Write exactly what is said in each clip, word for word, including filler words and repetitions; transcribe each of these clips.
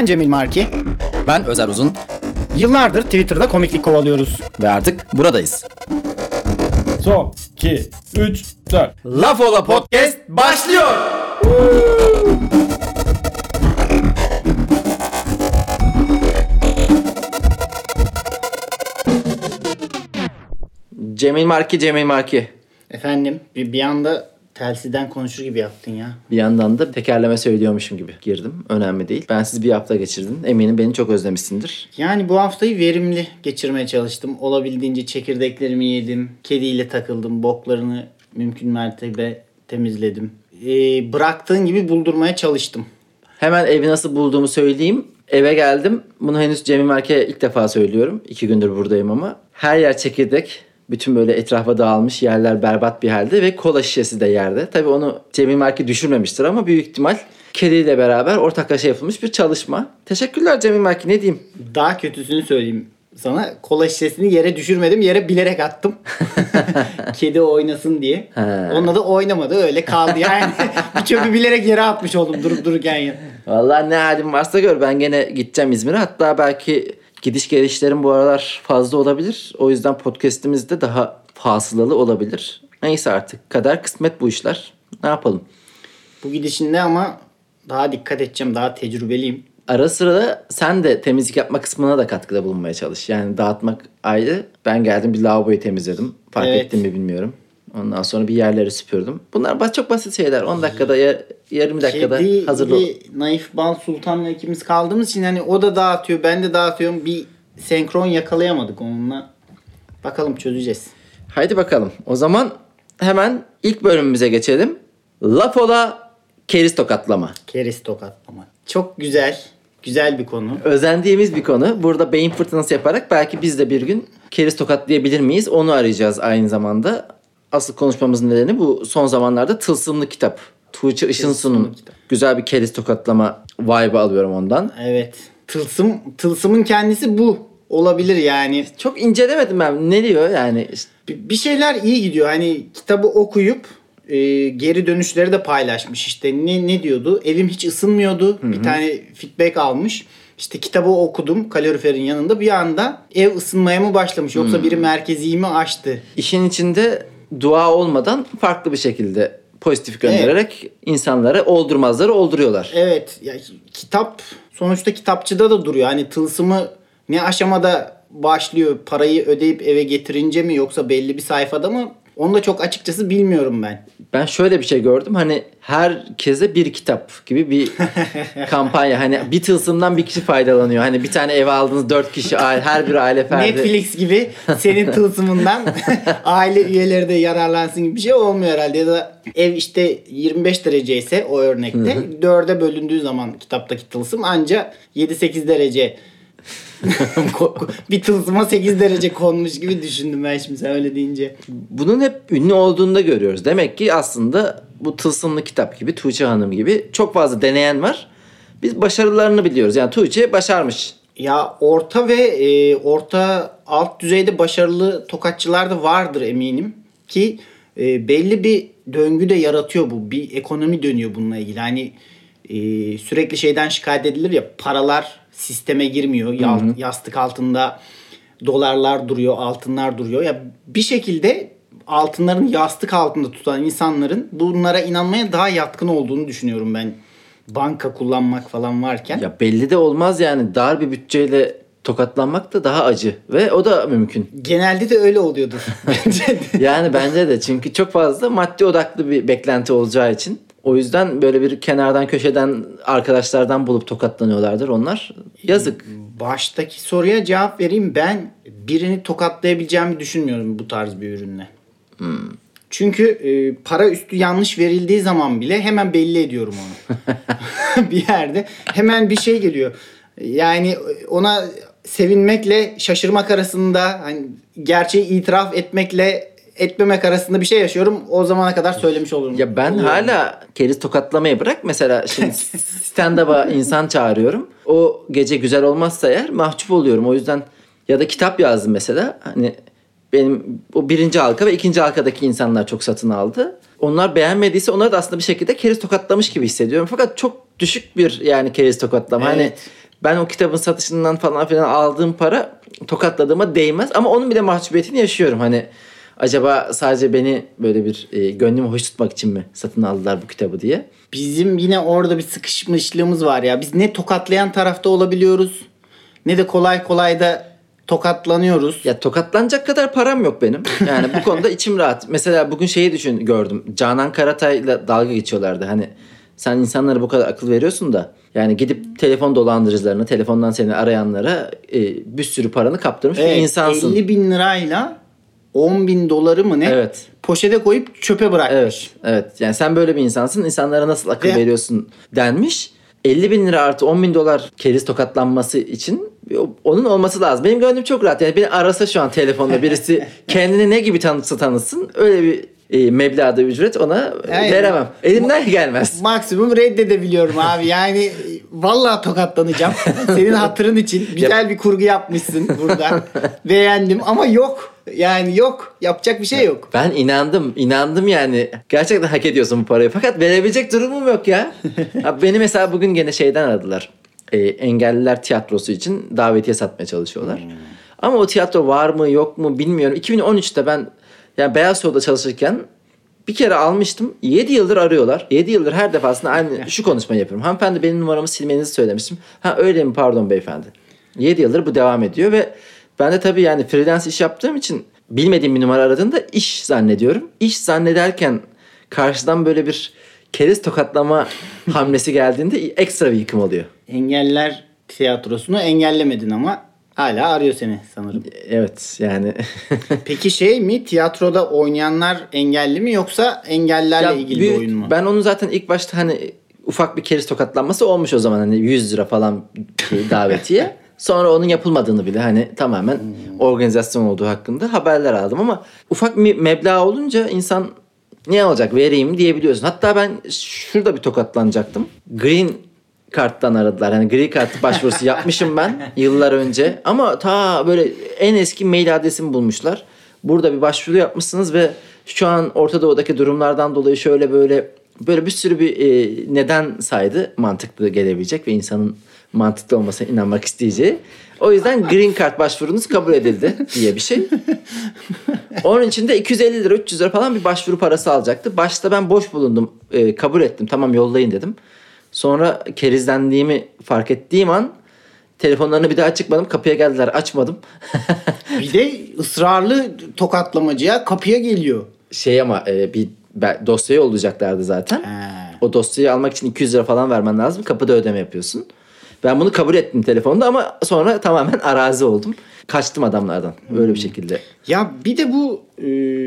Ben Cemil Marki. Ben Özer Uzun. Yıllardır Twitter'da komiklik kovalıyoruz. Ve artık buradayız. Son, iki, üç, dört. Laf Ola Podcast başlıyor. Cemil Marki, Cemil Marki. Efendim bir, bir anda telsizden konuşur gibi yaptın ya. Bir yandan da tekerleme söylüyormuşum gibi girdim. Önemli değil. Ben siz bir hafta geçirdin. Eminim beni çok özlemişsindir. Yani bu haftayı verimli geçirmeye çalıştım. Olabildiğince çekirdeklerimi yedim. Kediyle takıldım. Boklarını mümkün mertebe temizledim. Ee, bıraktığın gibi buldurmaya çalıştım. Hemen evi nasıl bulduğumu söyleyeyim. Eve geldim. Bunu henüz Cemil Marki'ye ilk defa söylüyorum. İki gündür buradayım ama. Her yer çekirdek. Bütün böyle etrafa dağılmış, yerler berbat bir halde ve kola şişesi de yerde. Tabii onu Cemil Marki düşürmemiştir ama büyük ihtimal kediyle beraber ortaklaşa yapılmış bir çalışma. Teşekkürler Cemil Marki, ne diyeyim? Daha kötüsünü söyleyeyim sana. Kola şişesini yere düşürmedim. Yere bilerek attım. Kedi oynasın diye. He. Onunla da oynamadı. Öyle kaldı yani. Bir çöpü bilerek yere atmış oldum durup dururken ya. Vallahi ne halim varsa gör. Ben gene gideceğim İzmir'e. Hatta belki gidiş gelişlerim bu aralar fazla olabilir. O yüzden podcast'imiz de daha fasılalı olabilir. Neyse artık. Kader kısmet bu işler. Ne yapalım? Bu gidişinde ama daha dikkat edeceğim. Daha tecrübeliyim. Ara sıra da sen de temizlik yapma kısmına da katkıda bulunmaya çalış. Yani dağıtmak ayrı. Ben geldim bir lavaboyu temizledim. Fark Evet. ettim mi bilmiyorum. Ondan sonra bir yerleri süpürdüm. Bunlar çok basit şeyler. on dakikada ya yarım dakikada Kedi hazırlı. gibi Naif Bal Sultan'la ikimiz kaldığımız için hani o da dağıtıyor, ben de dağıtıyorum. Bir senkron yakalayamadık onunla. Bakalım çözeceğiz. Haydi bakalım. O zaman hemen ilk bölümümüze geçelim. Laf ola keriz tokatlama. Keriz tokatlama. Çok güzel. Güzel bir konu. Özendiğimiz bir konu. Burada beyin fırtınası yaparak belki biz de bir gün keriz tokatlayabilir miyiz? Onu arayacağız aynı zamanda. Asıl konuşmamızın nedeni bu son zamanlarda Tılsımlı Kitap. Tuğçe Işınsu'nun güzel bir keriz tokatlama vibe alıyorum ondan. Evet. Tılsım, tılsımın kendisi bu. Olabilir yani. Çok incelemedim ben. Ne diyor yani? İşte Bir bir şeyler iyi gidiyor. Hani kitabı okuyup e, geri dönüşleri de paylaşmış. İşte ne ne diyordu? Evim hiç ısınmıyordu. Hı hı. Bir tane feedback almış. İşte kitabı okudum kaloriferin yanında. Bir anda ev ısınmaya mı başlamış? Yoksa hmm. biri merkeziyi mi açtı? İşin içinde dua olmadan farklı bir şekilde pozitif göndererek evet. insanlara oldurmazları olduruyorlar. Evet. Ya, kitap sonuçta kitapçıda da duruyor. Hani tılsımı ne aşamada başlıyor? Parayı ödeyip eve getirince mi yoksa belli bir sayfada mı? Onu da çok açıkçası bilmiyorum ben. Ben şöyle bir şey gördüm. Hani herkese bir kitap gibi bir kampanya. Hani bir tılsımdan bir kişi faydalanıyor. Hani bir tane eve aldığınız dört kişi, her bir aile ferdi. Netflix gibi senin tılsımından aile üyeleri de yararlansın gibi bir şey olmuyor herhalde. Ya da ev işte yirmi beş derece ise o örnekte dörde bölündüğü zaman kitaptaki tılsım anca yedi sekiz derece bir tılsıma sekiz derece konmuş gibi düşündüm ben şimdi sen öyle deyince. Bunun hep ünlü olduğunu da görüyoruz. Demek ki aslında bu Tılsımlı Kitap gibi, Tuğçe Hanım gibi çok fazla deneyen var. Biz başarılarını biliyoruz. Yani Tuğçe başarmış. Ya orta ve e, orta alt düzeyde başarılı tokatçılar da vardır eminim. Ki e, belli bir döngü de yaratıyor bu. Bir ekonomi dönüyor bununla ilgili. Hani e, sürekli şeyden şikayet edilir ya, paralar sisteme girmiyor. Hı hı. Yastık altında dolarlar duruyor, altınlar duruyor. Ya bir şekilde altınların yastık altında tutan insanların bunlara inanmaya daha yatkın olduğunu düşünüyorum ben. Banka kullanmak falan varken. Ya belli de olmaz yani. Dar bir bütçeyle tokatlanmak da daha acı ve o da mümkün. Genelde de öyle oluyordur bence de. Yani bence de, çünkü çok fazla maddi odaklı bir beklenti olacağı için. O yüzden böyle bir kenardan köşeden arkadaşlardan bulup tokatlanıyorlardır onlar. Yazık. Baştaki soruya cevap vereyim. Ben birini tokatlayabileceğimi düşünmüyorum bu tarz bir ürünle. Hmm. Çünkü e, para üstü yanlış verildiği zaman bile hemen belli ediyorum onu. Bir yerde hemen bir şey geliyor. Yani ona sevinmekle şaşırmak arasında, hani gerçeği itiraf etmekle etmemek arasında bir şey yaşıyorum. O zamana kadar söylemiş olurum. Ya ben oluyorum. Hala keriz tokatlamayı bırak. Mesela şimdi stand-up'a insan çağırıyorum. O gece güzel olmazsa eğer mahcup oluyorum. O yüzden ya da kitap yazdım mesela. Hani benim o birinci halka ve ikinci halkadaki insanlar çok satın aldı. Onlar beğenmediyse onları da aslında bir şekilde keriz tokatlamış gibi hissediyorum. Fakat çok düşük bir yani keriz tokatlama. Evet. Hani Ben o kitabın satışından falan filan aldığım para tokatladığıma değmez. Ama onun bile mahcubiyetini yaşıyorum. Hani acaba sadece beni böyle bir e, gönlümü hoş tutmak için mi satın aldılar bu kitabı diye. Bizim yine orada bir sıkışmışlığımız var ya. Biz ne tokatlayan tarafta olabiliyoruz ne de kolay kolay da tokatlanıyoruz. Ya tokatlanacak kadar param yok benim. Yani bu konuda içim rahat. Mesela bugün şeyi düşün gördüm. Canan Karatay'la dalga geçiyorlardı. Hani sen insanlara bu kadar akıl veriyorsun da yani gidip telefon dolandırıcılarına, telefondan seni arayanlara e, bir sürü paranı kaptırmış Evet, bir insansın. elli bin lirayla on bin doları mı ne? Evet. Poşete koyup çöpe bırakmış. Evet, evet. Yani sen böyle bir insansın. İnsanlara nasıl akıl Ve- veriyorsun denmiş. elli bin lira artı on bin dolar keriz tokatlanması için onun olması lazım. Benim gönlüm çok rahat. Yani beni arasa şu an telefonda birisi kendini ne gibi tanıtsa tanıtsın öyle bir e, meblağda ücret ona Aynen. veremem. Elimden gelmez. Maksimum reddedebiliyorum abi. Yani vallahi tokatlanacağım. Senin hatırın için güzel bir kurgu yapmışsın burada. Beğendim ama yok. Yani yok. Yapacak bir şey yok. Ben inandım. inandım yani. Gerçekten hak ediyorsun bu parayı. Fakat verebilecek durumum yok ya. Abi beni mesela bugün gene şeyden aradılar. E, engelliler tiyatrosu için davetiye satmaya çalışıyorlar. Hmm. Ama o tiyatro var mı yok mu bilmiyorum. iki bin on üçte ben yani Beyaz Show'da çalışırken bir kere almıştım. yedi yıldır arıyorlar. yedi yıldır her defasında aynı şu konuşmayı yapıyorum. Hanımefendi benim numaramı silmenizi söylemiştim. Ha öyle mi pardon beyefendi. yedi yıldır bu devam ediyor ve ben de tabii yani freelance iş yaptığım için bilmediğim bir numara aradığında iş zannediyorum. İş zannederken karşıdan böyle bir keriz tokatlama hamlesi geldiğinde ekstra bir yıkım oluyor. Engelliler tiyatrosunu engellemedin ama hala arıyor seni sanırım. Evet yani. Peki şey mi? Tiyatroda oynayanlar engelli mi yoksa engellilerle Ya ilgili büyük, bir oyun mu? Ben onu zaten ilk başta hani ufak bir keriz tokatlanması olmuş o zaman hani yüz lira falan şey, davetiye. Sonra onun yapılmadığını bile hani tamamen hmm. organizasyon olduğu hakkında haberler aldım ama ufak bir meblağ olunca insan ne olacak vereyim diyebiliyorsun. Hatta ben şurada bir tokatlanacaktım. Green Card'dan aradılar. Hani Green Card başvurusu yapmışım ben yıllar önce. Ama ta böyle en eski mail adresimi bulmuşlar. Burada bir başvuru yapmışsınız ve şu an Orta Doğu'daki durumlardan dolayı şöyle böyle böyle bir sürü bir e, neden saydı mantıklı gelebilecek ve insanın mantıklı olmasına inanmak isteyeceği. O yüzden Green Card başvurunuz kabul edildi diye bir şey. Onun için de iki yüz elli lira üç yüz lira falan bir başvuru parası alacaktı. Başta ben boş bulundum. E, kabul ettim. Tamam yollayın dedim. Sonra kerizlendiğimi fark ettiğim an telefonlarını bir daha çıkmadım. Kapıya geldiler. Açmadım. Bir de ısrarlı tokatlamacıya kapıya geliyor. Şey ama e, bir dosyayı olacaklardı zaten. He. O dosyayı almak için iki yüz lira falan vermen lazım. Kapıda ödeme yapıyorsun. Ben bunu kabul ettim telefonda ama sonra tamamen arazi oldum. Kaçtım adamlardan. Böyle bir şekilde. Ya bir de bu e,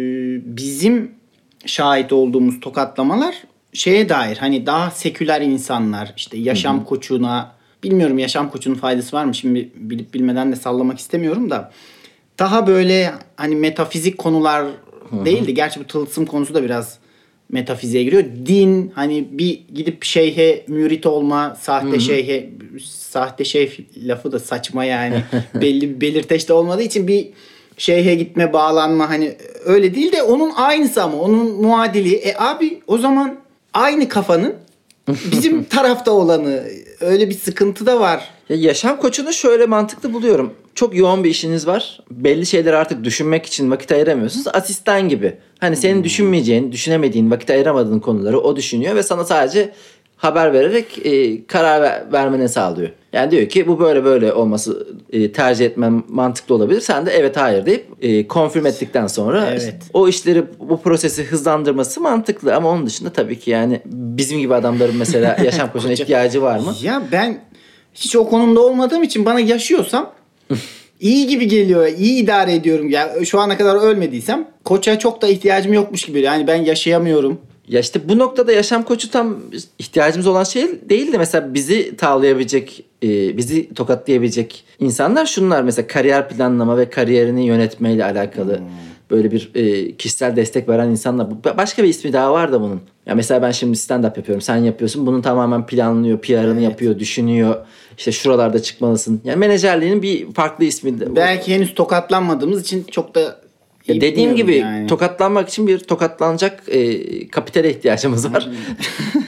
bizim şahit olduğumuz tokatlamalar şeye dair hani daha seküler insanlar işte yaşam Hı-hı. koçuna bilmiyorum yaşam koçunun faydası var mı şimdi bilip bilmeden de sallamak istemiyorum da daha böyle hani metafizik konular Hı-hı. değildi. Gerçi bu tılsım konusu da biraz metafiziğe giriyor. Din hani bir gidip şeyhe mürit olma, sahte Hı-hı. şeyhe sahte şeyh lafı da saçma yani. Belli bir belirteçte olmadığı için bir şeyhe gitme, bağlanma hani öyle değil de onun aynısı ama onun muadili. E abi o zaman aynı kafanın bizim tarafta olanı öyle bir sıkıntı da var. Ya yaşam koçunu şöyle mantıklı buluyorum. Çok yoğun bir işiniz var. Belli şeyleri artık düşünmek için vakit ayıramıyorsunuz. Asistan gibi. Hani senin hmm. düşünmeyeceğin, düşünemediğin, vakit ayıramadığın konuları o düşünüyor ve sana sadece haber vererek e, karar ver, vermeni sağlıyor. Yani diyor ki bu böyle böyle olması e, tercih etmen mantıklı olabilir. Sen de evet hayır deyip e, konfirm ettikten sonra evet. o işleri bu prosesi hızlandırması mantıklı ama onun dışında tabii ki yani bizim gibi adamların mesela yaşam koçuna ihtiyacı var mı? Ya ben hiç o konumda olmadığım için bana yaşıyorsam iyi gibi geliyor. İyi idare ediyorum. Ya şu ana kadar ölmediysem koça çok da ihtiyacım yokmuş gibi. Yani ben yaşayamıyorum. Ya işte bu noktada yaşam koçu tam ihtiyacımız olan şey değil de mesela bizi tavlayabilecek, bizi tokatlayabilecek insanlar şunlar. Mesela kariyer planlama ve kariyerini yönetmeyle alakalı hmm. böyle bir kişisel destek veren insanlar. Başka bir ismi daha var da bunun. Ya mesela ben şimdi stand-up yapıyorum. Sen yapıyorsun. Bunun tamamen planlıyor, P R'ını evet. yapıyor, düşünüyor. İşte şuralarda çıkmalısın. Yani menajerliğinin bir farklı ismi de. Belki henüz tokatlanmadığımız için çok da ya dediğim gibi yani. Tokatlanmak için bir tokatlanacak e, kapitale ihtiyacımız var.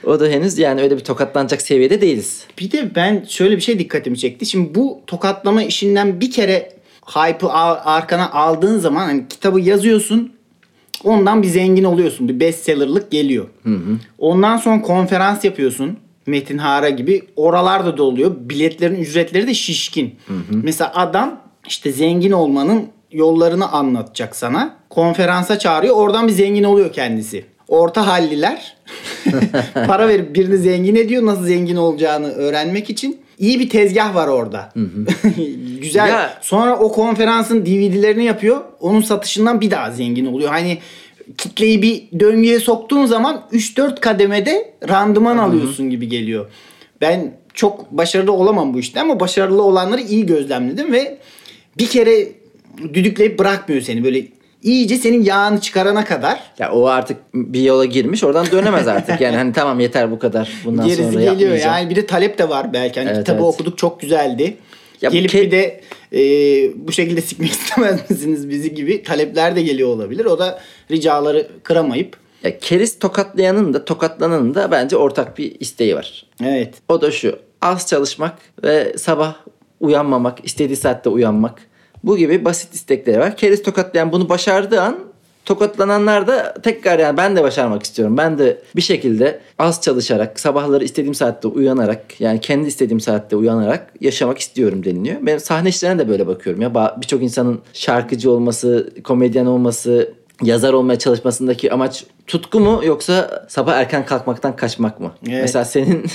O da henüz yani öyle bir tokatlanacak seviyede değiliz. Bir de ben şöyle bir şey dikkatimi çekti. Şimdi bu tokatlama işinden bir kere hype'ı arkana aldığın zaman hani kitabı yazıyorsun. Ondan bir zengin oluyorsun. Bir bestseller'lık geliyor. Hı hı. Ondan sonra konferans yapıyorsun. Metin Hara gibi. Oralarda da oluyor. Biletlerin ücretleri de şişkin. Hı hı. Mesela adam işte zengin olmanın yollarını anlatacak sana. Konferansa çağırıyor. Oradan bir zengin oluyor kendisi. Orta halliler para verip birini zengin ediyor. Nasıl zengin olacağını öğrenmek için. İyi bir tezgah var orada. Hı hı. Güzel. Ya. Sonra o konferansın D V D'lerini yapıyor. Onun satışından bir daha zengin oluyor. Hani kitleyi bir döngüye soktuğun zaman üç dört kademede randıman Hı-hı. alıyorsun gibi geliyor. Ben çok başarılı olamam bu işte ama başarılı olanları iyi gözlemledim ve bir kere düdükleyip bırakmıyor seni böyle iyice senin yağını çıkarana kadar. Ya o artık bir yola girmiş, oradan dönemez artık. Yani hani tamam yeter bu kadar. Bundan gerisi sonra geliyor yani. Bir de talep de var belki. Hani evet, kitabı evet. okuduk, çok güzeldi. Ya gelip ke- bir de e, bu şekilde sikmek istemez misiniz bizi gibi talepler de geliyor olabilir. O da ricaları kıramayıp. Ya keriz tokatlayanın da tokatlananın da bence ortak bir isteği var. Evet. O da şu: az çalışmak ve sabah uyanmamak, istediği saatte uyanmak. Bu gibi basit istekleri var. Keriz tokatlayan bunu başardığı an, tokatlananlar da tekrar yani ben de başarmak istiyorum. Ben de bir şekilde az çalışarak, sabahları istediğim saatte uyanarak, yani kendi istediğim saatte uyanarak yaşamak istiyorum deniliyor. Ben sahne işlerine de böyle bakıyorum. Ya birçok insanın şarkıcı olması, komedyen olması, yazar olmaya çalışmasındaki amaç tutku mu yoksa sabah erken kalkmaktan kaçmak mı? Evet. Mesela senin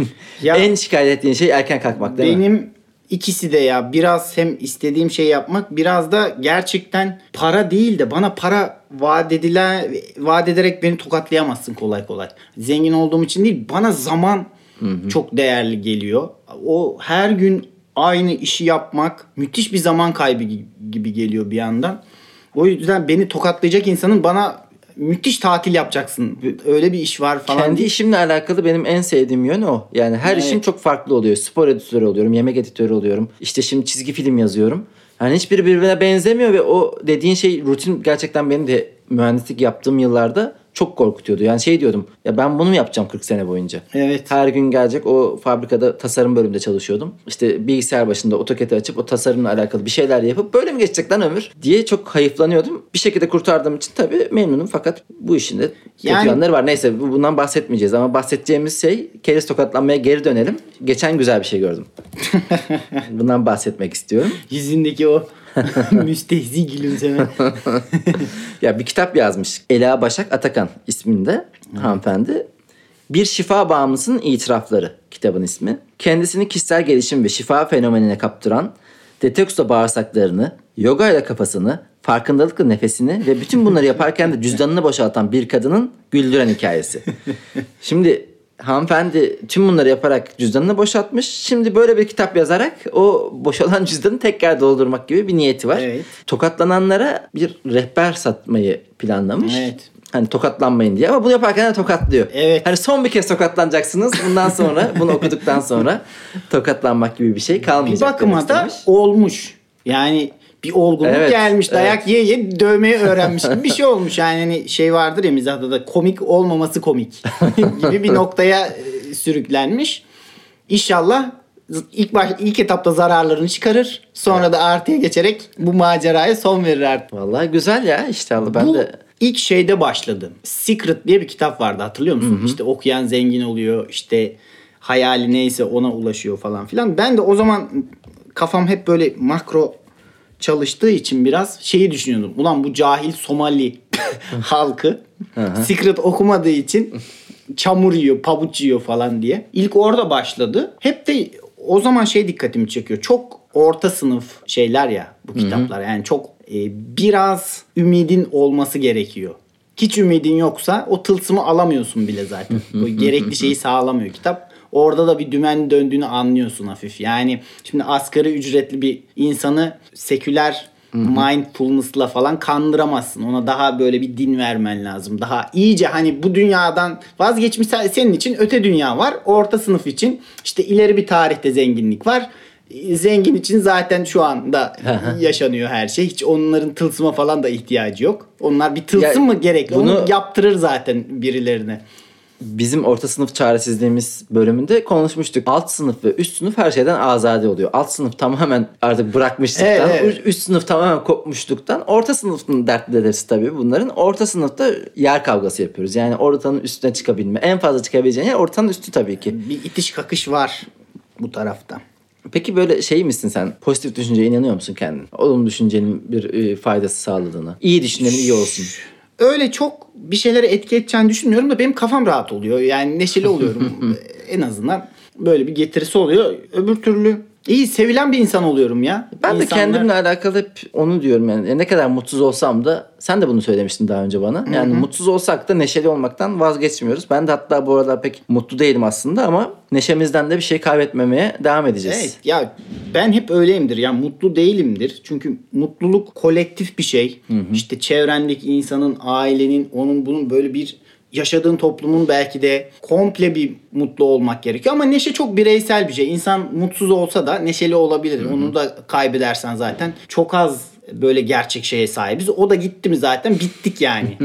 en şikayet ettiğin şey erken kalkmak değil benim... mi? Benim İkisi de ya, biraz hem istediğim şey yapmak, biraz da gerçekten para değil de bana para vaat edilen, vaat ederek beni tokatlayamazsın kolay kolay. Zengin olduğum için değil, bana zaman hı hı. çok değerli geliyor. O her gün aynı işi yapmak müthiş bir zaman kaybı gibi geliyor bir yandan. O yüzden beni tokatlayacak insanın bana müthiş tatil yapacaksın, öyle bir iş var falan. Kendi işimle alakalı benim en sevdiğim yön o. Yani her evet. işim çok farklı oluyor. Spor editörü oluyorum, yemek editörü oluyorum. İşte şimdi çizgi film yazıyorum. Yani hiçbiri birbirine benzemiyor ve o dediğin şey rutin, gerçekten benim de mühendislik yaptığım yıllarda çok korkutuyordu. Yani şey diyordum, ya ben bunu mu yapacağım kırk sene boyunca? Evet. Her gün gelecek, o fabrikada tasarım bölümünde çalışıyordum. İşte bilgisayar başında AutoCAD'i açıp o tasarımla alakalı bir şeyler yapıp böyle mi geçecek lan ömür diye çok hayıflanıyordum. Bir şekilde kurtardığım için tabii memnunum, fakat bu işin de kötü yani... yanları var. Neyse, bundan bahsetmeyeceğiz ama bahsedeceğimiz şey, keriz tokatlanmaya geri dönelim. Geçen güzel bir şey gördüm. Bundan bahsetmek istiyorum. Yüzündeki o müstehzi gülümseme. Ya bir kitap yazmış Ela Başak Atakan isminde hanımefendi. Bir şifa bağımlısının itirafları kitabın ismi. Kendisini kişisel gelişim ve şifa fenomenine kaptıran, detoksla bağırsaklarını, yoga ile kafasını, farkındalıkla nefesini ve bütün bunları yaparken de cüzdanını boşaltan bir kadının güldüren hikayesi. Şimdi hanımefendi tüm bunları yaparak cüzdanını boşaltmış. Şimdi böyle bir kitap yazarak o boşalan cüzdanı tekrar doldurmak gibi bir niyeti var. Evet. Tokatlananlara bir rehber satmayı planlamış. Evet. Hani tokatlanmayın diye, ama bunu yaparken de tokatlıyor. Evet. Hani son bir kez tokatlanacaksınız. Bundan sonra bunu okuduktan sonra tokatlanmak gibi bir şey kalmayacak. Bir bakıma da olmuş. Yani bir olgunluk evet, gelmiş. Dayak evet. ye ye dövmeyi öğrenmiş gibi bir şey olmuş. Yani hani şey vardır ya mizahta da, komik olmaması komik gibi bir noktaya sürüklenmiş. İnşallah ilk baş, ilk etapta zararlarını çıkarır. Sonra evet. da artıya geçerek bu maceraya son verir artık. Vallahi güzel ya, inşallah. Ben bu de ilk şeyde başladım. Secret diye bir kitap vardı, hatırlıyor musun? Hı hı. İşte okuyan zengin oluyor. İşte hayali neyse ona ulaşıyor falan filan. Ben de o zaman kafam hep böyle makro çalıştığı için biraz şeyi düşünüyordum. Ulan bu cahil Somali halkı Secret okumadığı için çamur yiyor, pabuç yiyor falan diye. İlk orada başladı. Hep de o zaman şey dikkatimi çekiyor. Çok orta sınıf şeyler ya bu kitaplar. Hı hı. Yani çok e, biraz ümidin olması gerekiyor. Hiç ümidin yoksa o tılsımı alamıyorsun bile zaten. Bu gerekli şeyi sağlamıyor kitap. Orada da bir dümen döndüğünü anlıyorsun hafif. Yani şimdi asgari ücretli bir insanı seküler mindfulness'la falan kandıramazsın. Ona daha böyle bir din vermen lazım. Daha iyice hani bu dünyadan vazgeçmiş, senin için öte dünya var. Orta sınıf için işte ileri bir tarihte zenginlik var. Zengin için zaten şu anda yaşanıyor her şey. Hiç onların tılsıma falan da ihtiyacı yok. Onlar bir tılsım ya, mı gerekli? Bunu... Onu yaptırır zaten birilerine. bizim orta sınıf çaresizliğimiz bölümünde konuşmuştuk. Alt sınıf ve üst sınıf her şeyden azade oluyor. Alt sınıf tamamen artık bırakmışlıktan, Evet, evet. üst sınıf tamamen kopmuşluktan. Orta sınıfın dertlileri tabii bunların. Orta sınıfta yer kavgası yapıyoruz. Yani ortanın üstüne çıkabilme. En fazla çıkabileceğin yer ortanın üstü tabii ki. Bir itiş kakış var bu tarafta. Peki böyle şey misin sen? Pozitif düşünceye inanıyor musun kendin? Olumlu düşüncenin bir e, faydası sağladığını. İyi düşünenin iyi olsun. Öyle çok bir şeylere etki edeceğini düşünmüyorum da benim kafam rahat oluyor. Yani neşeli oluyorum. En azından böyle bir getirisi oluyor. Öbür türlü iyi sevilen bir insan oluyorum ya. Ben de İnsanlar- kendimle alakalı hep onu diyorum yani. Ne kadar mutsuz olsam da sen de bunu söylemiştin daha önce bana. Yani Hı-hı. mutsuz olsak da neşeli olmaktan vazgeçmiyoruz. Ben de hatta bu aralar pek mutlu değilim aslında ama neşemizden de bir şey kaybetmemeye devam edeceğiz. Evet ya ben hep öyleyimdir. Yani mutlu değilimdir. Çünkü mutluluk kolektif bir şey. Hı-hı. İşte çevrendeki insanın, ailenin, onun bunun böyle bir yaşadığın toplumun belki de komple bir mutlu olmak gerekiyor. Ama neşe çok bireysel bir şey. İnsan mutsuz olsa da neşeli olabilir. Hı-hı. Onu da kaybedersen zaten çok az böyle gerçek şeye sahibiz. O da gitti mi zaten bittik yani.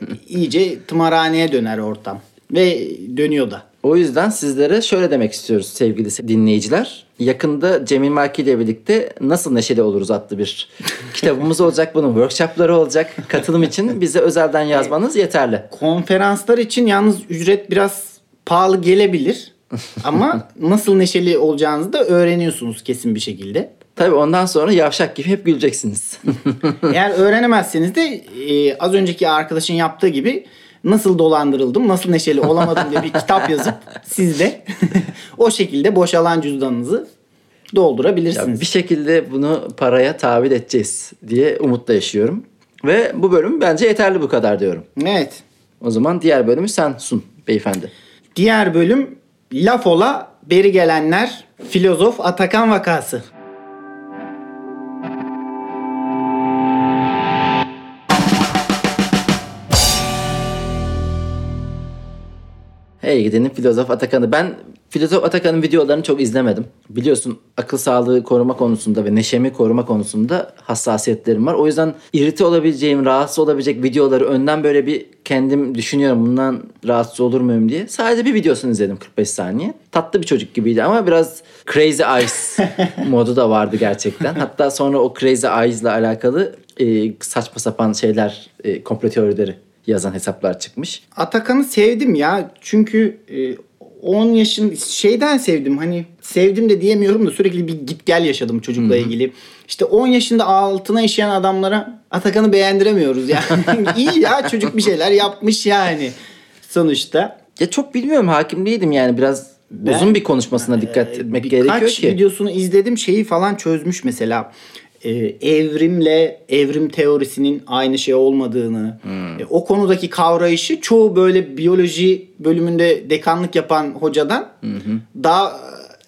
İyice tımarhaneye döner ortam. Ve dönüyor da. O yüzden sizlere şöyle demek istiyoruz sevgili dinleyiciler. Yakında Cemil Marki ile birlikte Nasıl Neşeli Oluruz adlı bir kitabımız olacak. Bunun workshopları olacak. Katılım için bize özelden yazmanız yeterli. Konferanslar için yalnız ücret biraz pahalı gelebilir. Ama nasıl neşeli olacağınızı da öğreniyorsunuz kesin bir şekilde. Tabii ondan sonra yavşak gibi hep güleceksiniz. Eğer öğrenemezseniz de e, az önceki arkadaşın yaptığı gibi nasıl dolandırıldım, nasıl neşeli olamadım diye bir kitap yazıp siz de o şekilde boşalan cüzdanınızı doldurabilirsiniz. Ya bir şekilde bunu paraya tahvil edeceğiz diye umutla yaşıyorum. Ve bu bölüm bence yeterli bu kadar diyorum. Evet. O zaman diğer bölümü sen sun beyefendi. Diğer bölüm laf ola beri gelenler filozof Atakan vakası. Hey gidelim filozof Atakan'ı. Ben filozof Atakan'ın videolarını çok izlemedim. Biliyorsun akıl sağlığı koruma konusunda ve neşemi koruma konusunda hassasiyetlerim var. O yüzden irite olabileceğim, rahatsız olabilecek videoları önden böyle bir kendim düşünüyorum. Bundan rahatsız olur muyum diye. Sadece bir videosunu izledim kırk beş saniye. Tatlı bir çocuk gibiydi ama biraz crazy eyes modu da vardı gerçekten. Hatta sonra o crazy eyes ile alakalı e, saçma sapan şeyler, e, komplo teorileri yazan hesaplar çıkmış. Atakan'ı sevdim ya. Çünkü e, on yaşın şeyden sevdim. Hani sevdim de diyemiyorum da sürekli bir git gel yaşadım çocukla Hı-hı. ilgili. İşte on yaşında altına işeyen adamlara Atakan'ı beğendiremiyoruz yani. İyi ya çocuk bir şeyler yapmış yani sonuçta. Ya çok bilmiyorum hakim değildim yani biraz ben, uzun bir konuşmasına dikkat e, etmek gerekiyor ki. Birkaç videosunu izledim şeyi falan çözmüş mesela. Ee, evrimle evrim teorisinin aynı şey olmadığını hmm. e, o konudaki kavrayışı çoğu böyle biyoloji bölümünde dekanlık yapan hocadan hmm. daha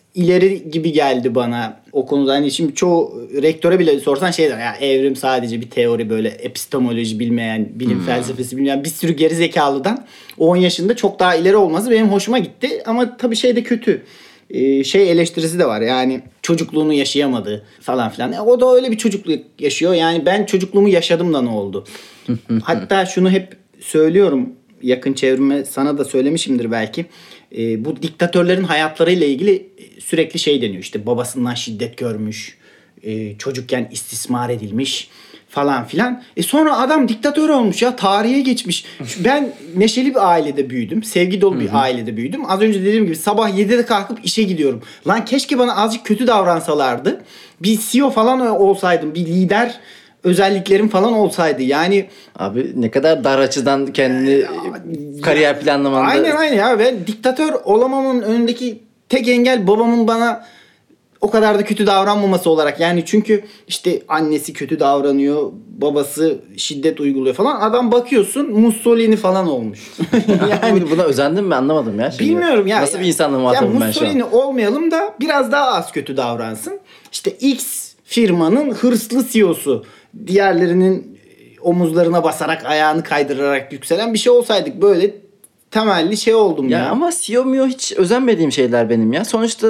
ileri gibi geldi bana o konuda. Hani şimdi çoğu rektöre bile sorsan şey der ya evrim sadece bir teori böyle epistemoloji bilmeyen bilim hmm. felsefesi bilmeyen bir sürü gerizekalıdan on yaşında çok daha ileri olması benim hoşuma gitti ama tabii şey de kötü. Şey eleştirisi de var yani çocukluğunu yaşayamadı falan filan. E, o da öyle bir çocukluk yaşıyor. Yani ben çocukluğumu yaşadım da ne oldu? Hatta şunu hep söylüyorum yakın çevreme sana da söylemişimdir belki. E, bu diktatörlerin hayatlarıyla ilgili sürekli şey deniyor. İşte babasından şiddet görmüş, e, çocukken istismar edilmiş falan filan. E sonra adam diktatör olmuş ya tarihe geçmiş. Ben neşeli bir ailede büyüdüm. Sevgi dolu bir Hı-hı. ailede büyüdüm. Az önce dediğim gibi sabah yedide kalkıp işe gidiyorum. Lan keşke bana azıcık kötü davransalardı. Bir C E O falan olsaydım. Bir lider özelliklerim falan olsaydı. Yani abi ne kadar dar açıdan kendini ya, kariyer planlamanda. Aynen aynen ya ben diktatör olamamın önündeki tek engel babamın bana o kadar da kötü davranmaması olarak. Yani çünkü işte annesi kötü davranıyor, babası şiddet uyguluyor falan. Adam bakıyorsun Mussolini falan olmuş. Yani buna özendin mi anlamadım ya. Şimdi. Bilmiyorum ya. Nasıl bir insanla muhatabım ben şu an. Mussolini olmayalım da biraz daha az kötü davransın. İşte X firmanın hırslı C E O'su. Diğerlerinin omuzlarına basarak, ayağını kaydırarak yükselen bir şey olsaydık böyle temelli şey oldum ya. Ya ama C E O mu hiç özenmediğim şeyler benim ya. Sonuçta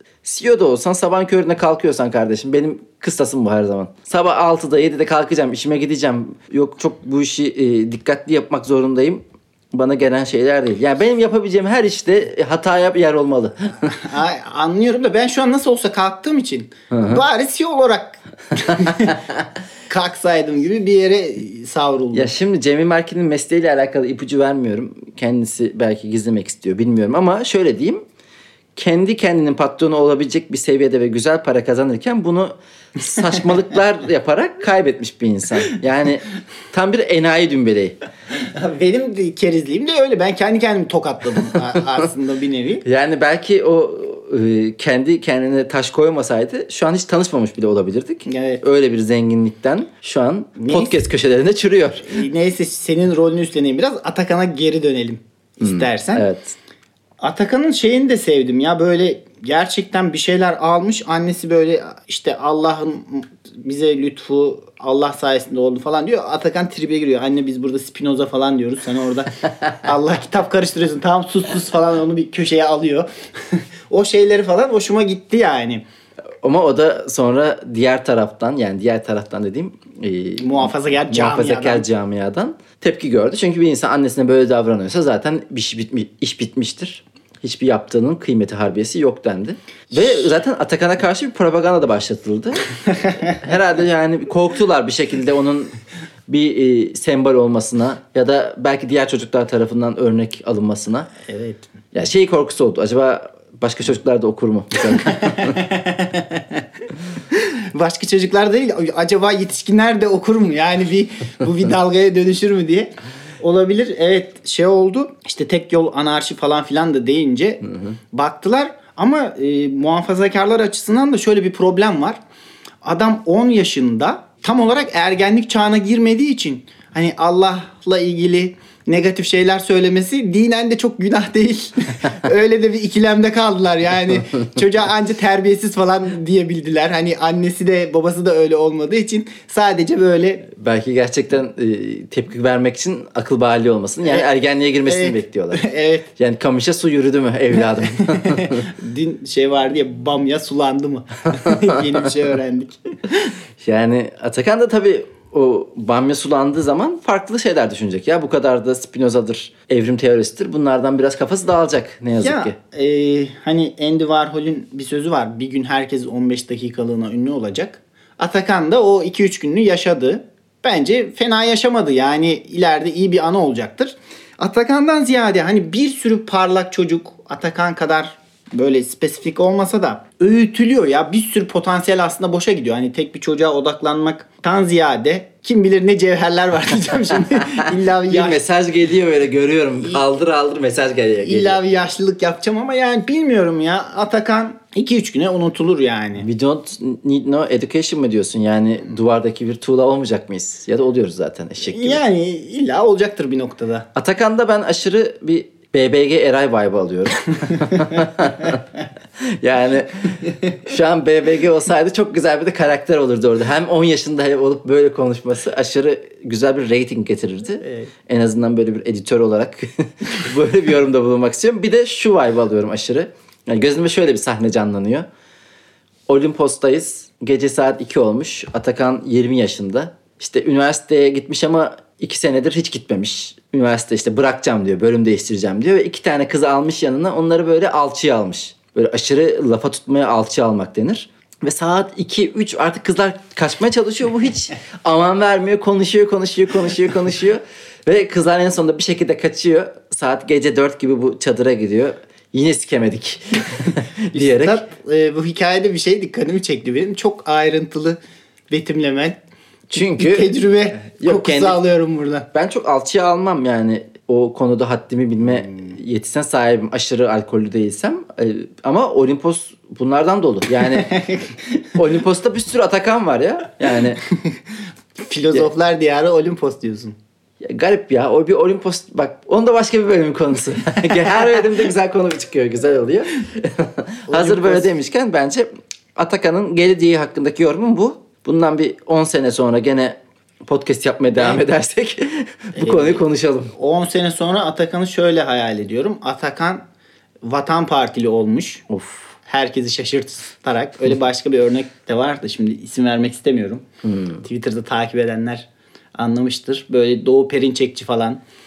C E O da olsan sabahın köründe kalkıyorsan kardeşim benim kıstasım bu her zaman. Sabah altıda yedide kalkacağım işime gideceğim. Yok çok bu işi e, dikkatli yapmak zorundayım. bana gelen şeyler değil. Yani benim yapabileceğim her işte hataya yer olmalı. Ay, anlıyorum da ben şu an nasıl olsa kalktığım için bari C E O olarak kalksaydım gibi bir yere savruldum. Ya şimdi Cemil Merkel'in mesleğiyle alakalı ipucu vermiyorum. Kendisi belki gizlemek istiyor, bilmiyorum ama şöyle diyeyim. Kendi kendinin patronu olabilecek bir seviyede ve güzel para kazanırken bunu saçmalıklar yaparak kaybetmiş bir insan. Yani tam bir enayi dümbeleği. Benim de kerizliğim de öyle. Ben kendi kendimi tokatladım aslında bir nevi. Yani belki o e, kendi kendine taş koymasaydı şu an hiç tanışmamış bile olabilirdik. Evet. Öyle bir zenginlikten şu an Neyse. podcast köşelerinde çürüyor. Neyse senin rolünü üstleneyim biraz. Atakan'a geri dönelim istersen. Evet. Atakan'ın şeyini de sevdim ya, böyle gerçekten bir şeyler almış, annesi böyle işte Allah'ın bize lütfu Allah sayesinde oldu falan diyor. Atakan tribe giriyor. Anne biz burada Spinoza falan diyoruz. Sen orada Allah kitap karıştırıyorsun. Tamam sus sus falan, onu bir köşeye alıyor. O şeyleri falan hoşuma gitti yani. Ama o da sonra diğer taraftan, yani diğer taraftan dediğim e, Muhafazakar camiadan. muhafazakar camiadan tepki gördü. Çünkü bir insan annesine böyle davranıyorsa zaten iş, bitmi, iş bitmiştir. Hiçbir yaptığının kıymeti harbiyesi yok dendi. Ve zaten Atakan'a karşı bir propaganda da başlatıldı. Herhalde yani korktular bir şekilde onun bir e, sembol olmasına ya da belki diğer çocuklar tarafından örnek alınmasına. Evet. Ya şey korkusu oldu. Acaba başka çocuklar da okur mu? Başka çocuklar değil, acaba yetişkinler de okur mu? Yani bir bu bir dalgaya dönüşür mü diye. Olabilir. Evet, şey oldu. İşte tek yol anarşi falan filan da deyince hı hı. baktılar ama e, muhafazakarlar açısından da şöyle bir problem var. Adam on yaşında, tam olarak ergenlik çağına girmediği için hani Allah'la ilgili negatif şeyler söylemesi dinen de çok günah değil. Öyle de bir ikilemde kaldılar. Yani çocuğa anca terbiyesiz falan diyebildiler. Hani annesi de babası da öyle olmadığı için sadece böyle. Belki gerçekten e, tepki vermek için akıl bali olmasın. Yani evet. Ergenliğe girmesini evet. bekliyorlar. Evet. Yani kamışa su yürüdü mü evladım? Dün şey vardı ya, bamya sulandı mı? Yeni bir şey öğrendik. Yani Atakan da tabii o bamya sulandığı zaman farklı şeyler düşünecek. Ya bu kadar da Spinoza'dır, evrim teorisidir. Bunlardan biraz kafası dağılacak ne yazık ya, ki. E, hani Andy Warhol'ün bir sözü var. Bir gün herkes on beş dakikalığına ünlü olacak. Atakan da o iki üç gününü yaşadı. Bence fena yaşamadı. Yani ileride iyi bir anı olacaktır. Atakan'dan ziyade hani bir sürü parlak çocuk Atakan kadar böyle spesifik olmasa da öğütülüyor ya. Bir sürü potansiyel aslında boşa gidiyor. Hani tek bir çocuğa odaklanmaktan ziyade kim bilir ne cevherler var diyeceğim şimdi. İlla bir, bir yaş... mesaj geliyor böyle görüyorum. Aldır aldır mesaj geliyor. İlla bir yaşlılık yapacağım ama yani bilmiyorum ya. Atakan iki üç güne unutulur yani. We don't need no education mı diyorsun? Yani duvardaki bir tuğla olmayacak mıyız? Ya da oluyoruz zaten eşek gibi. Yani illa olacaktır bir noktada. Atakan'da ben aşırı bir B B G Eray vibe alıyorum. Yani şu an B B G olsaydı çok güzel bir de karakter olurdu orada. Hem on yaşında olup böyle konuşması aşırı güzel bir rating getirirdi. Evet. En azından böyle bir editör olarak böyle bir yorumda bulunmak istiyorum. Bir de şu vibe alıyorum aşırı. Yani gözümde şöyle bir sahne canlanıyor. Olimpos'tayız. Gece saat iki olmuş. Atakan yirmi yaşında. İşte üniversiteye gitmiş ama iki senedir hiç gitmemiş. Üniversite işte bırakacağım diyor. Bölüm değiştireceğim diyor. Ve iki tane kızı almış yanına. Onları böyle alçıya almış. Böyle aşırı lafa tutmaya alçıya almak denir. Ve saat iki üç artık kızlar kaçmaya çalışıyor. Bu hiç aman vermiyor. Konuşuyor, konuşuyor, konuşuyor, konuşuyor. Ve kızlar en sonunda bir şekilde kaçıyor. Saat gece dört gibi bu çadıra gidiyor. Yine sikemedik diyerek. Üstad, e, bu hikayede bir şey dikkatimi çekti benim. Çok ayrıntılı betimlemen. Çünkü bir tecrübe yok, kokusu kendi, alıyorum burada. Ben çok alçıya almam yani. O konuda haddimi bilme hmm. yetisine sahibim. Aşırı alkollü değilsem. Ama Olimpos bunlardan dolu. Yani Olimpos'ta bir sürü Atakan var ya. Yani filozoflar diyarı Olimpos diyorsun. Ya, garip ya. O bir Olimpos, bak onun da başka bir bölümün konusu. Her bölümde güzel konu çıkıyor. Güzel oluyor. Hazır böyle demişken bence Atakan'ın geleceği hakkındaki yorumum bu. Bundan bir on sene sonra gene podcast yapmaya devam edersek bu ee, konuyu konuşalım. on sene sonra Atakan'ı şöyle hayal ediyorum. Atakan Vatan Partili olmuş. Of. Herkesi şaşırtarak. Öyle başka bir örnek de var da şimdi isim vermek istemiyorum. Hmm. Twitter'da takip edenler anlamıştır. Böyle Doğu Perinçekçi falan.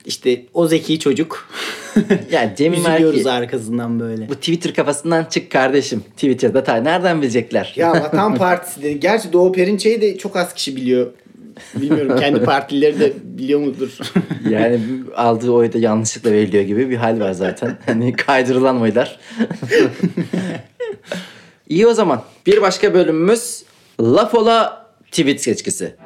İşte o zeki çocuk. Yani Cemil Üzülüyoruz Merki, arkasından böyle. bu Twitter kafasından çık kardeşim. Twitter'da ta nereden bilecekler? Ya Vatan Partisi dedi. Gerçi Doğu Perinçek'i de çok az kişi biliyor. Bilmiyorum kendi partileri de biliyor mudur? Yani aldığı oy da yanlışlıkla veriliyor gibi bir hal var zaten. Hani kaydırılan oylar. İyi o zaman. Bir başka bölümümüz Laf Ola tweet seçkisi.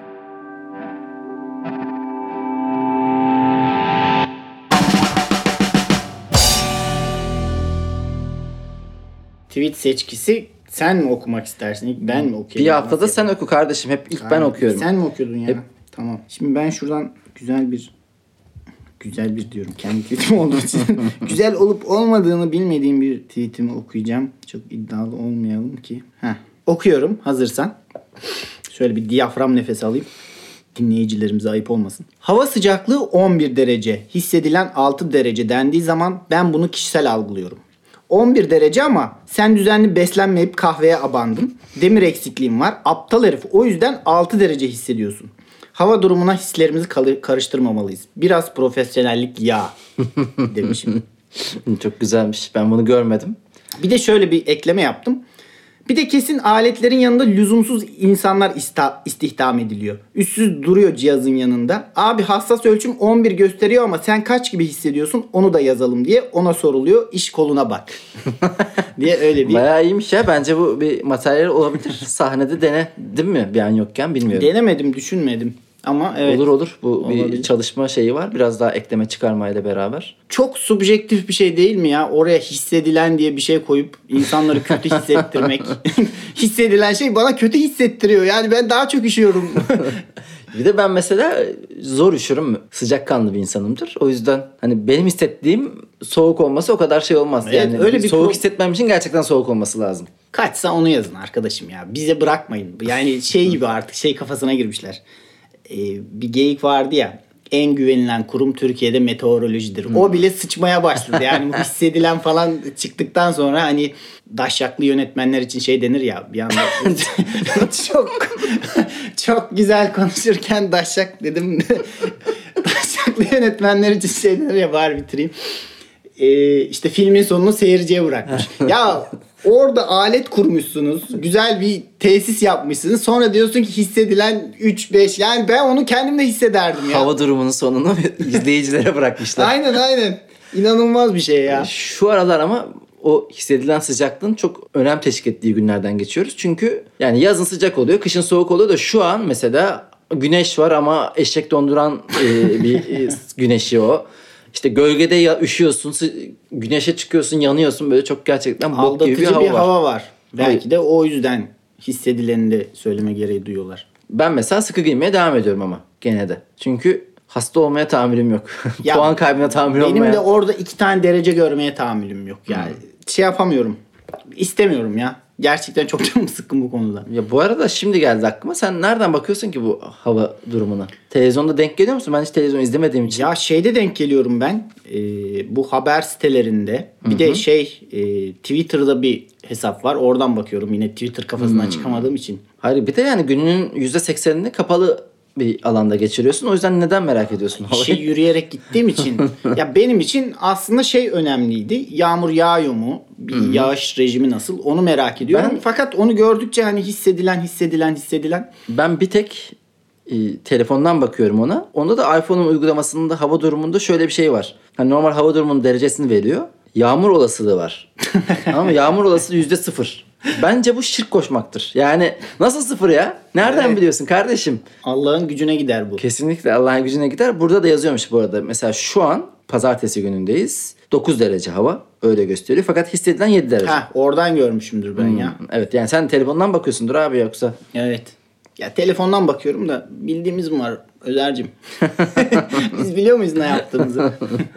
Tweet seçkisi sen mi okumak istersin? İlk ben mi okuyayım? Bir haftada sen oku kardeşim. Hep ilk ben okuyorum. Sen mi okuyordun ya? Hep- Tamam. Şimdi ben şuradan güzel bir güzel bir diyorum. Kendi tweetim olduğu için. güzel olup olmadığını bilmediğim bir tweetimi okuyacağım. Çok iddialı olmayalım ki. Heh. Okuyorum hazırsan. Şöyle bir diyafram nefes alayım. Dinleyicilerimize ayıp olmasın. Hava sıcaklığı on bir derece. Hissedilen altı derece dendiği zaman ben bunu kişisel algılıyorum. on bir derece ama sen düzenli beslenmeyip kahveye abandın. Demir eksikliğin var. Aptal herif. O yüzden altı derece hissediyorsun. Hava durumuna hislerimizi kalı- karıştırmamalıyız. Biraz profesyonellik ya demişim. Çok güzelmiş. Ben bunu görmedim. Bir de şöyle bir ekleme yaptım. Bir de kesin aletlerin yanında lüzumsuz insanlar ista- istihdam ediliyor. Üstsüz duruyor cihazın yanında. Abi hassas ölçüm on bir gösteriyor ama sen kaç gibi hissediyorsun onu da yazalım diye ona soruluyor. İş koluna bak diye öyle bir... Bayağı iyiymiş ya. Bence bu bir materyal olabilir. Sahnede dene değil mi? Bir an yokken bilmiyorum. Denemedim, düşünmedim. Ama evet. Olur olur. Bu Olabilir. bir çalışma şeyi var. Biraz daha ekleme çıkarmayla beraber. Çok subjektif bir şey değil mi ya? Oraya hissedilen diye bir şey koyup insanları kötü hissettirmek. Hissedilen şey bana kötü hissettiriyor. Yani ben daha çok üşüyorum. Bir de ben mesela zor üşürüm. Sıcakkanlı bir insanımdır. O yüzden hani benim hissettiğim soğuk olması o kadar şey olmaz. Evet, yani öyle bir soğuk pro- hissetmem için gerçekten soğuk olması lazım. Kaçsa onu yazın arkadaşım ya. Bize bırakmayın. Yani şey gibi artık şey kafasına girmişler. Ee, bir geyik vardı ya. En güvenilen kurum Türkiye'de meteorolojidir. O bile sıçmaya başladı. Yani bu hissedilen falan çıktıktan sonra hani daşyaklı yönetmenler için şey denir ya bir anda. çok çok güzel konuşurken daşyak dedim. Daşyaklı yönetmenler için şey denir ya bari bitireyim. Ee, işte filmin sonunu seyirciye bırakmış. Ya orada alet kurmuşsunuz. Güzel bir tesis yapmışsınız. Sonra diyorsun ki hissedilen üç beş. Yani ben onu kendim de hissederdim ya. Hava durumunun sonunu izleyicilere bırakmışlar. Aynen aynen. İnanılmaz bir şey ya. Şu aralar ama o hissedilen sıcaklığın çok önem teşkil ettiği günlerden geçiyoruz. Çünkü yani yazın sıcak oluyor, kışın soğuk oluyor da şu an mesela güneş var ama eşek donduran e, bir e, güneşi o. İşte gölgede ya, üşüyorsun, sı- güneşe çıkıyorsun, yanıyorsun. Böyle çok gerçekten bok Aldatıcı gibi bir hava bir var. hava var. Belki de o yüzden hissedileni de söyleme gereği duyuyorlar. Ben mesela sıkı giymeye devam ediyorum ama gene de. Çünkü hasta olmaya tahammülüm yok. Ya, Puan kaybına tahammülüm Benim olmaya. de orada iki tane derece görmeye tahammülüm yok. Yani şey yapamıyorum. İstemiyorum ya. Gerçekten çok canım sıkkın bu konuda. Ya bu arada şimdi geldi aklıma. Sen nereden bakıyorsun ki bu hava durumuna? Televizyonda denk geliyor musun? Ben hiç televizyon izlemediğim için. Ya şeyde denk geliyorum ben. Ee, bu haber sitelerinde. Bir de şey e, Twitter'da bir hesap var. Oradan bakıyorum. Yine Twitter kafasından çıkamadığım için. Hayır bir de yani gününün yüzde seksenini kapalı bir alanda geçiriyorsun. O yüzden neden merak ediyorsun havayı? Şey yürüyerek gittiğim için. Ya benim için aslında şey önemliydi. Yağmur yağıyor mu? Bir yağış rejimi nasıl? Onu merak ediyorum. Ben- Fakat onu gördükçe hani hissedilen, hissedilen, hissedilen. Ben bir tek e, telefondan bakıyorum ona. Onda da iPhone'un uygulamasında hava durumunda şöyle bir şey var. Hani normal hava durumunun derecesini veriyor. Yağmur olasılığı var. Ama yağmur olasılığı yüzde sıfır. Bence bu şirk koşmaktır. Yani nasıl sıfır ya? Nereden Evet. biliyorsun kardeşim? Allah'ın gücüne gider bu. Kesinlikle Allah'ın gücüne gider. Burada da yazıyormuş bu arada. Mesela şu an pazartesi günündeyiz. dokuz derece hava. Öyle gösteriyor. Fakat hissedilen yedi derece. Ha, oradan görmüşümdür ben ya. Evet yani sen telefondan bakıyorsundur abi yoksa. Evet. Ya telefondan bakıyorum da bildiğimiz mi var Özer'cim? Biz biliyor muyuz ne yaptığımızı?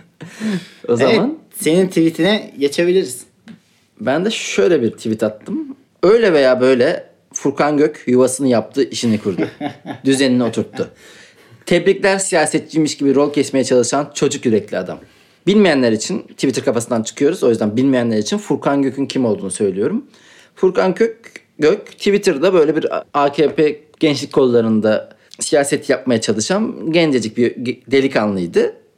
O zaman Evet, senin tweetine geçebiliriz. ben de şöyle bir tweet attım. Öyle veya böyle Furkan Gök yuvasını yaptı, işini kurdu. Düzenini oturttu. Tebrikler siyasetçiymiş gibi rol kesmeye çalışan çocuk yürekli adam. Bilmeyenler için Twitter kafasından çıkıyoruz. O yüzden bilmeyenler için Furkan Gök'ün kim olduğunu söylüyorum. Furkan Gök, Gök Twitter'da böyle bir A K P gençlik kollarında siyaset yapmaya çalışan gencecik bir delikanlıydı.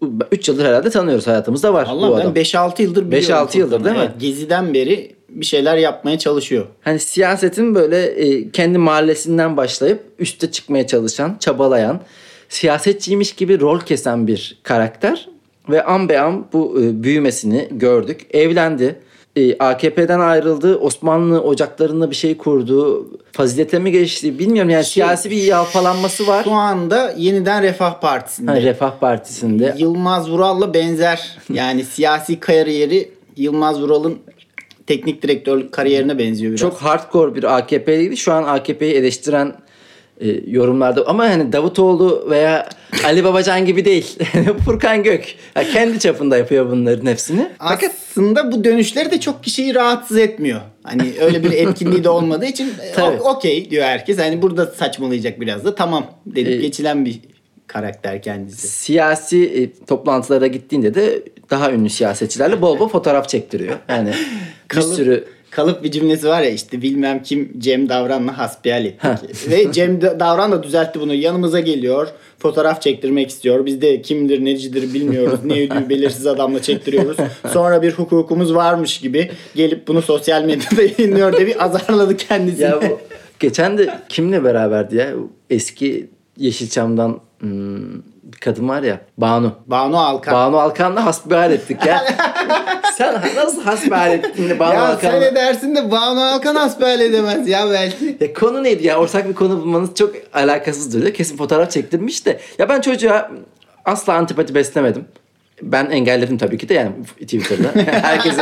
üç yıldır herhalde tanıyoruz, hayatımızda var bu Allah ben adam. beş altı yıldır biliyorum. beş altı yıldır değil mi? Evet, Gezi'den beri bir şeyler yapmaya çalışıyor. Hani siyasetin böyle e, kendi mahallesinden başlayıp üste çıkmaya çalışan, çabalayan, siyasetçiymiş gibi rol kesen bir karakter. Ve an be an bu e, büyümesini gördük. Evlendi. E, A K P'den ayrıldı. Osmanlı ocaklarında bir şey kurdu. Fazilete mi geçti bilmiyorum. Yani Şey, siyasi bir yalpalanması var. Şu anda yeniden Refah Partisi'nde. Ha, Refah Partisi'nde. Yılmaz Vural'la benzer. Yani siyasi kariyeri Yılmaz Vural'ın teknik direktörlük kariyerine benziyor biraz. Çok hardcore bir A K P'liydi. Şu an A K P'yi eleştiren e, yorumlarda, ama hani Davutoğlu veya Ali Babacan gibi değil. Furkan Gök. Yani kendi çapında yapıyor bunların hepsini. Fakat Aslında bu dönüşleri de çok kişiyi rahatsız etmiyor. Hani öyle bir etkinliği de olmadığı için Tabii. o- okey diyor herkes. Hani burada saçmalayacak biraz da tamam dedip Ee, geçilen bir karakter kendisi. siyasi e, toplantılara gittiğinde de daha ünlü siyasetçilerle bol bol fotoğraf çektiriyor. Yani bir Kalıp- sürü Kalıp bir cümlesi var ya, işte bilmem kim Cem Davran'la hasbihal ettik. Ve Cem Davran da düzeltti bunu. Yanımıza geliyor, fotoğraf çektirmek istiyor. Biz de kimdir necidir bilmiyoruz. Ne ödüğü belirsiz adamla çektiriyoruz. Sonra bir hukukumuz varmış gibi gelip bunu sosyal medyada yayınlıyor diye bir azarladı kendisini. ya bu geçen de kimle beraberdi ya? Eski Yeşilçam'dan hmm, bir kadın var ya, Banu. Banu Alkan. Banu Alkan'la hasbihal ettik ya. Sen nasıl hasbihal ettin de Banu Ya sen Alkan'la? edersin de Banu Alkan hasbihal edemez ya belki. Ya konu neydi ya? Ortak bir konu bulmanız çok alakasız duruyor. Kesin fotoğraf çektirmiş de. Ya ben çocuğa asla antipati beslemedim. Ben engelledim tabii ki de, yani Twitter'da. Herkese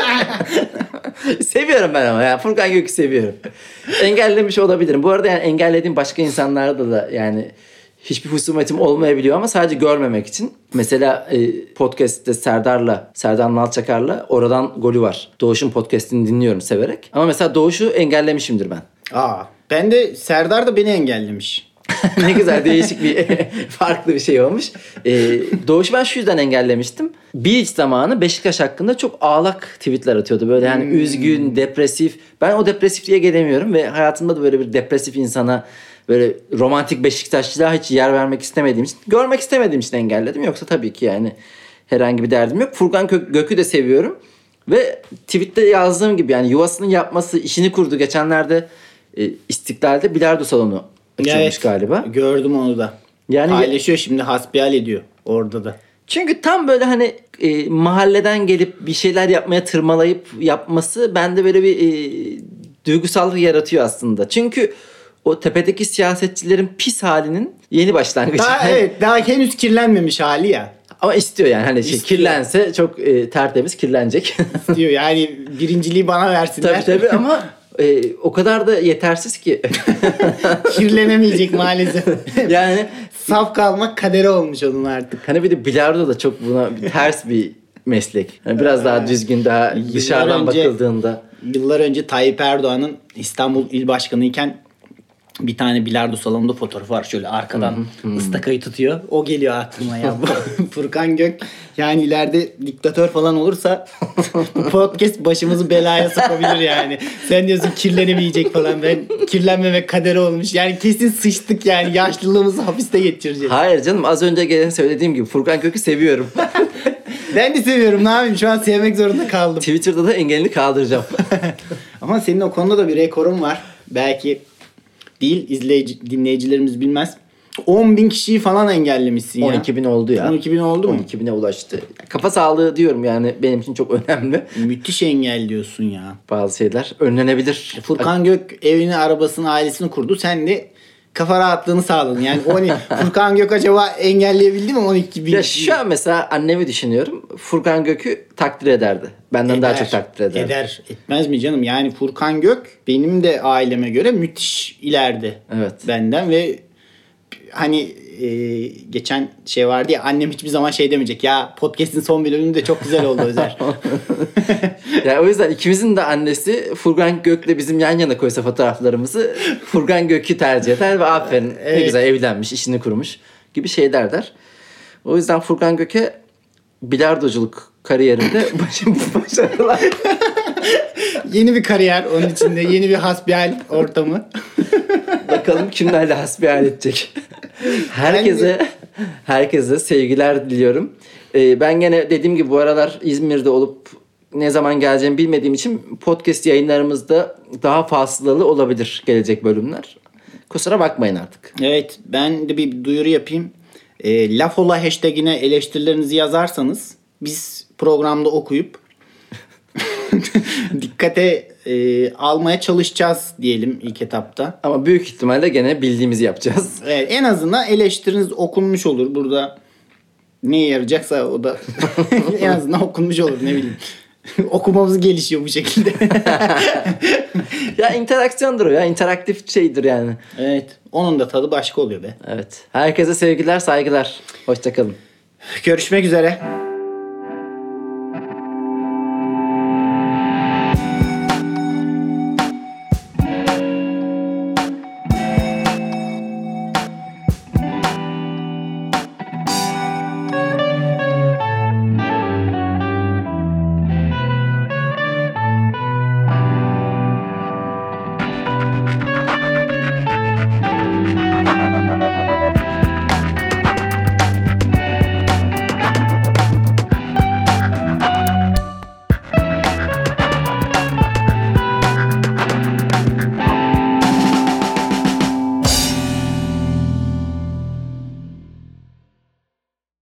seviyorum ben ama ya. Furkan Gök'ü seviyorum. Engellemiş olabilirim. Bu arada yani engellediğim başka insanlarda da yani hiçbir husumetim olmayabiliyor ama sadece görmemek için. Mesela e, podcast'te Serdar'la, Serdar Nalçakar'la Oradan Golü var. Doğuş'un podcast'ini dinliyorum severek. Ama mesela Doğuş'u engellemişimdir ben. Aa, ben de Serdar da beni engellemiş. Ne güzel, değişik bir farklı bir şey olmuş. Ee, Doğuş'u ben şu yüzden engellemiştim. Bir iç zamanı Beşiktaş hakkında çok ağlak tweetler atıyordu. Böyle yani Hmm. üzgün, depresif. Ben o depresifliğe gelemiyorum ve hayatımda da böyle bir depresif insana, böyle romantik Beşiktaşçılığa hiç yer vermek istemediğim için, görmek istemediğim için engelledim. Yoksa tabii ki yani herhangi bir derdim yok. Furkan Gök- Gök'ü de seviyorum. Ve tweette yazdığım gibi yani yuvasını yapması, işini kurdu. Geçenlerde e, İstiklal'de bilardo salonu açılmış Evet, galiba. Gördüm onu da. Yani Paylaşıyor şimdi, hasbihal ediyor orada da. çünkü tam böyle hani e, mahalleden gelip bir şeyler yapmaya tırmalayıp yapması bende böyle bir e, duygusallık yaratıyor aslında. Çünkü o tepedeki siyasetçilerin pis halinin yeni başlangıcı. Daha, evet, daha henüz kirlenmemiş hali ya. Ama istiyor yani hani şey, İstiyor. kirlense çok e, tertemiz kirlenecek. Diyor yani birinciliği bana versinler. tabii tabii ama e, o kadar da yetersiz ki. Kirlenemeyecek maalesef. Yani Saf kalmak kaderi olmuş onun artık. hani bir de bilardo da çok buna bir ters bir meslek. Yani biraz daha düzgün, daha Yıllar dışarıdan önce- bakıldığında. Yıllar önce Tayyip Erdoğan'ın İstanbul İl Başkanı iken bir tane bilardo salonunda fotoğrafı var, şöyle arkadan ıstakayı tutuyor. O geliyor aklıma ya. Bu Furkan Gök yani ileride diktatör falan olursa bu podcast başımızı belaya sokabilir yani. Sen diyorsun kirlenemeyecek falan, ben kirlenmemek kaderi olmuş. Yani kesin sıçtık yani, yaşlılığımızı hapiste geçireceğiz. Hayır canım, az önce gelen söylediğim gibi Furkan Gök'ü seviyorum. Ben de seviyorum, ne yapayım, şu an sevmek zorunda kaldım. Twitter'da da engelini kaldıracağım. Ama senin o konuda da bir rekorun var. Belki değil, izleyici, dinleyicilerimiz bilmez. on bin kişiyi falan engellemişsin ya. on iki bin oldu ya. on iki bin oldu mu? on iki bine ulaştı. Kafa sağlığı diyorum yani, benim için çok önemli. Müthiş engelliyorsun ya. Bazı şeyler önlenebilir. Furkan Gök evini, arabasını, ailesini kurdu. Sen de kafa rahatlığını sağladın. Yani o Furkan Gök acaba engelleyebildi mi on iki bin Ya kişiyi? şu an mesela annemi düşünüyorum. Furkan Gök'ü takdir ederdi. Benden daha çok takdir ederdi. Eder. Etmez mi canım? Yani Furkan Gök benim de aileme göre müthiş ileride. Evet. Benden ve hani e, geçen şey vardı ya, annem hiçbir zaman şey demeyecek. Ya podcast'in son bölümü de çok güzel oldu Özer. Yani o yüzden ikimizin de annesi Furkan Gök'le bizim yan yana koysa fotoğraflarımızı Furkan Gök'ü tercih eder ve aferin ne Evet. güzel evlenmiş, işini kurmuş gibi şeyler der. O yüzden Furkan Gök'e bilardoculuk kariyerinde başım başarılar. Yeni bir kariyer onun içinde. Yeni bir hasbihal ortamı. Bakalım kimlerle hasbihal edecek. Herkese herkese sevgiler diliyorum. Ee, ben gene dediğim gibi bu aralar İzmir'de olup ne zaman geleceğimi bilmediğim için podcast yayınlarımızda daha fasılalı olabilir gelecek bölümler. Kusura bakmayın artık. Evet, ben de bir duyuru yapayım. E, Lafola hashtagine eleştirilerinizi yazarsanız biz programda okuyup dikkate e, almaya çalışacağız diyelim ilk etapta. Ama büyük ihtimalle gene bildiğimizi yapacağız. Evet, en azından eleştiriniz okunmuş olur. Burada neye yarayacaksa o da en azından okunmuş olur, ne bileyim. Okumamız gelişiyor bu şekilde. Ya interaksiyondur o ya. İnteraktif şeydir yani. Evet. Onun da tadı başka oluyor be. Evet. Herkese sevgiler, saygılar. Hoşçakalın. Görüşmek üzere.